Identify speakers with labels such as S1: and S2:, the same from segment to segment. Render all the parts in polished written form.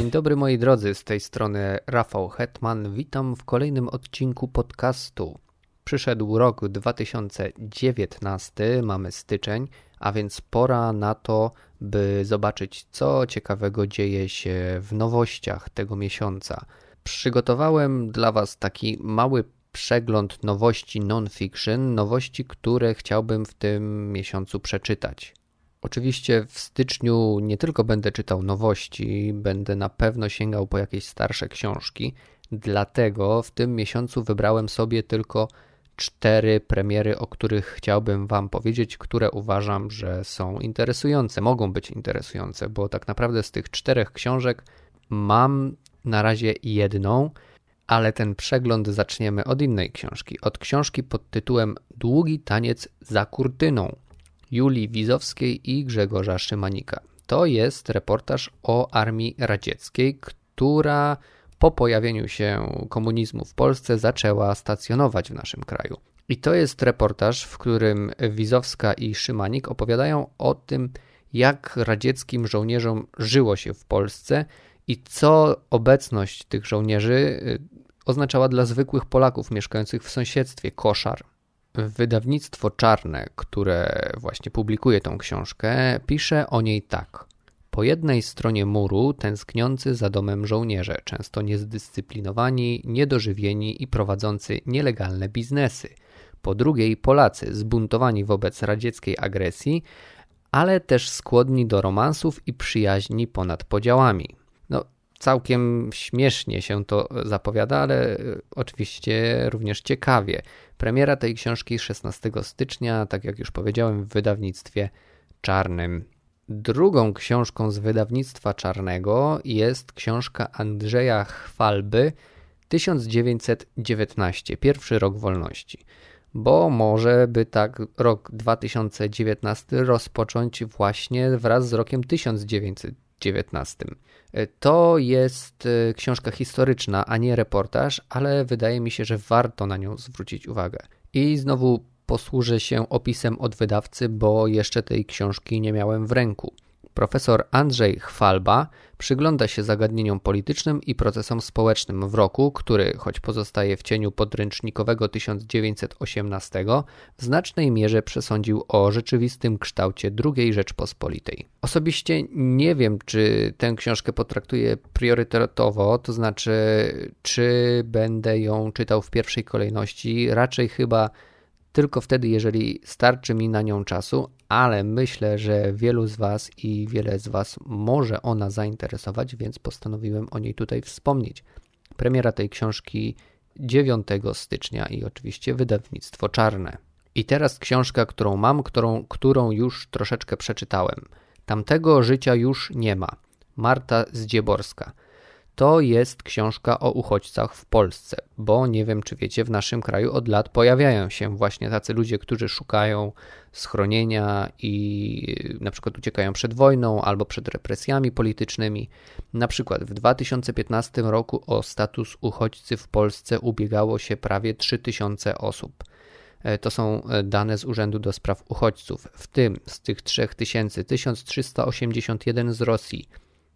S1: Dzień dobry moi drodzy, z tej strony Rafał Hetman. Witam w kolejnym odcinku podcastu. Przyszedł rok 2019, mamy styczeń, a więc pora na to, by zobaczyć, co ciekawego dzieje się w nowościach tego miesiąca. Przygotowałem dla Was taki mały przegląd nowości non-fiction, nowości, które chciałbym w tym miesiącu przeczytać. Oczywiście w styczniu nie tylko będę czytał nowości, będę na pewno sięgał po jakieś starsze książki, dlatego w tym miesiącu wybrałem sobie tylko 4 premiery, o których chciałbym Wam powiedzieć, które uważam, że są interesujące, mogą być interesujące, bo tak naprawdę z tych 4 książek mam na razie jedną, ale ten przegląd zaczniemy od innej książki, od książki pod tytułem Długi taniec za kurtyną Julii Wizowskiej i Grzegorza Szymanika. To jest reportaż o armii radzieckiej, która po pojawieniu się komunizmu w Polsce zaczęła stacjonować w naszym kraju. I to jest reportaż, w którym Wizowska i Szymanik opowiadają o tym, jak radzieckim żołnierzom żyło się w Polsce i co obecność tych żołnierzy oznaczała dla zwykłych Polaków mieszkających w sąsiedztwie koszar. Wydawnictwo Czarne, które właśnie publikuje tą książkę, pisze o niej tak. Po jednej stronie muru tęskniący za domem żołnierze, często niezdyscyplinowani, niedożywieni i prowadzący nielegalne biznesy. Po drugiej Polacy zbuntowani wobec radzieckiej agresji, ale też skłonni do romansów i przyjaźni ponad podziałami. Całkiem śmiesznie się to zapowiada, ale oczywiście również ciekawie. Premiera tej książki 16 stycznia, tak jak już powiedziałem, w wydawnictwie Czarnym. Drugą książką z wydawnictwa Czarnego jest książka Andrzeja Chwalby 1919, pierwszy rok wolności. Bo może by tak rok 2019 rozpocząć właśnie wraz z rokiem 1919. To jest książka historyczna, a nie reportaż, ale wydaje mi się, że warto na nią zwrócić uwagę. I znowu posłużę się opisem od wydawcy, bo jeszcze tej książki nie miałem w ręku. Profesor Andrzej Chwalba przygląda się zagadnieniom politycznym i procesom społecznym w roku, który, choć pozostaje w cieniu podręcznikowego 1918, w znacznej mierze przesądził o rzeczywistym kształcie II Rzeczpospolitej. Osobiście nie wiem, czy tę książkę potraktuję priorytetowo, to znaczy, czy będę ją czytał w pierwszej kolejności, raczej chyba tylko wtedy, jeżeli starczy mi na nią czasu, ale myślę, że wielu z Was i wiele z Was może ona zainteresować, więc postanowiłem o niej tutaj wspomnieć. Premiera tej książki 9 stycznia i oczywiście wydawnictwo Czarne. I teraz książka, którą mam, którą już troszeczkę przeczytałem. Tamtego życia już nie ma. Marta Zdzieborska. To jest książka o uchodźcach w Polsce, bo nie wiem, czy wiecie, w naszym kraju od lat pojawiają się właśnie tacy ludzie, którzy szukają schronienia i na przykład uciekają przed wojną albo przed represjami politycznymi. Na przykład w 2015 roku o status uchodźcy w Polsce ubiegało się prawie 3000 osób. To są dane z Urzędu do Spraw Uchodźców, w tym z tych 3000 1381 z Rosji,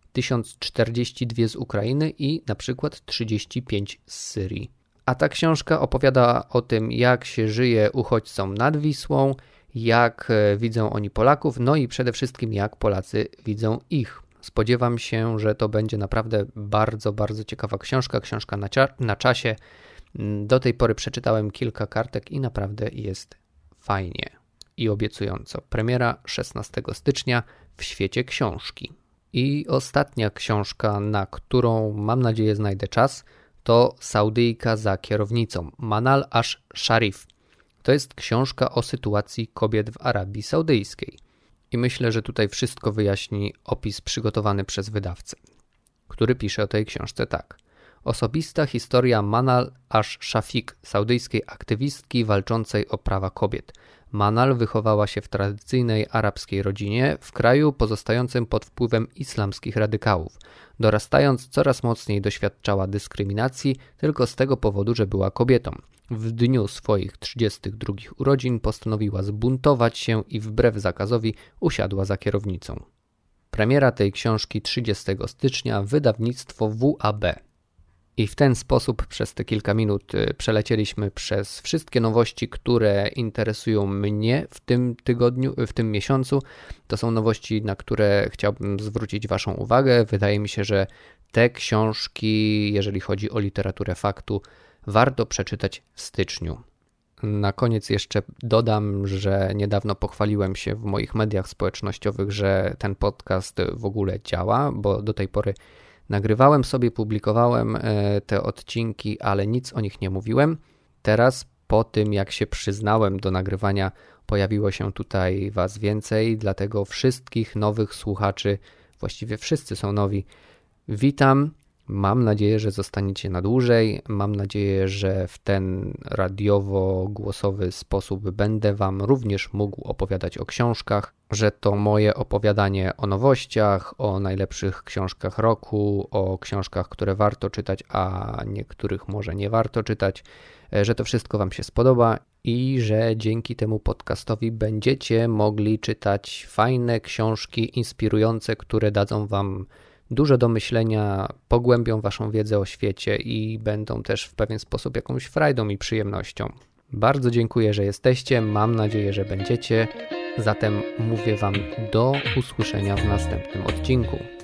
S1: 1042 z Ukrainy i na przykład 35 z Syrii. A ta książka opowiada o tym, jak się żyje uchodźcom nad Wisłą, jak widzą oni Polaków, no i przede wszystkim jak Polacy widzą ich. Spodziewam się, że to będzie naprawdę bardzo, bardzo ciekawa książka na czasie. Do tej pory przeczytałem kilka kartek i naprawdę jest fajnie i obiecująco. Premiera 16 stycznia w świecie książki. I ostatnia książka, na którą mam nadzieję znajdę czas, to Saudyjka za kierownicą, Manal Ash-Sharif. To jest książka o sytuacji kobiet w Arabii Saudyjskiej. I myślę, że tutaj wszystko wyjaśni opis przygotowany przez wydawcę, który pisze o tej książce tak. Osobista historia Manal Ash-Shafiq, saudyjskiej aktywistki walczącej o prawa kobiet. Manal wychowała się w tradycyjnej arabskiej rodzinie w kraju pozostającym pod wpływem islamskich radykałów. Dorastając, coraz mocniej doświadczała dyskryminacji tylko z tego powodu, że była kobietą. W dniu swoich 32 urodzin postanowiła zbuntować się i wbrew zakazowi usiadła za kierownicą. Premiera tej książki 30 stycznia, wydawnictwo WAB. I w ten sposób przez te kilka minut przelecieliśmy przez wszystkie nowości, które interesują mnie w tym tygodniu, w tym miesiącu. To są nowości, na które chciałbym zwrócić Waszą uwagę. Wydaje mi się, że te książki, jeżeli chodzi o literaturę faktu, warto przeczytać w styczniu. Na koniec jeszcze dodam, że niedawno pochwaliłem się w moich mediach społecznościowych, że ten podcast w ogóle działa, bo do tej pory nagrywałem sobie, publikowałem te odcinki, ale nic o nich nie mówiłem. Teraz po tym, jak się przyznałem do nagrywania, pojawiło się tutaj Was więcej, dlatego wszystkich nowych słuchaczy, właściwie wszyscy są nowi, witam. Mam nadzieję, że zostaniecie na dłużej. Mam nadzieję, że w ten radiowo-głosowy sposób będę Wam również mógł opowiadać o książkach, że to moje opowiadanie o nowościach, o najlepszych książkach roku, o książkach, które warto czytać, a niektórych może nie warto czytać, że to wszystko Wam się spodoba i że dzięki temu podcastowi będziecie mogli czytać fajne książki inspirujące, które dadzą Wam dużo do myślenia, pogłębią Waszą wiedzę o świecie i będą też w pewien sposób jakąś frajdą i przyjemnością. Bardzo dziękuję, że jesteście, mam nadzieję, że będziecie, zatem mówię Wam do usłyszenia w następnym odcinku.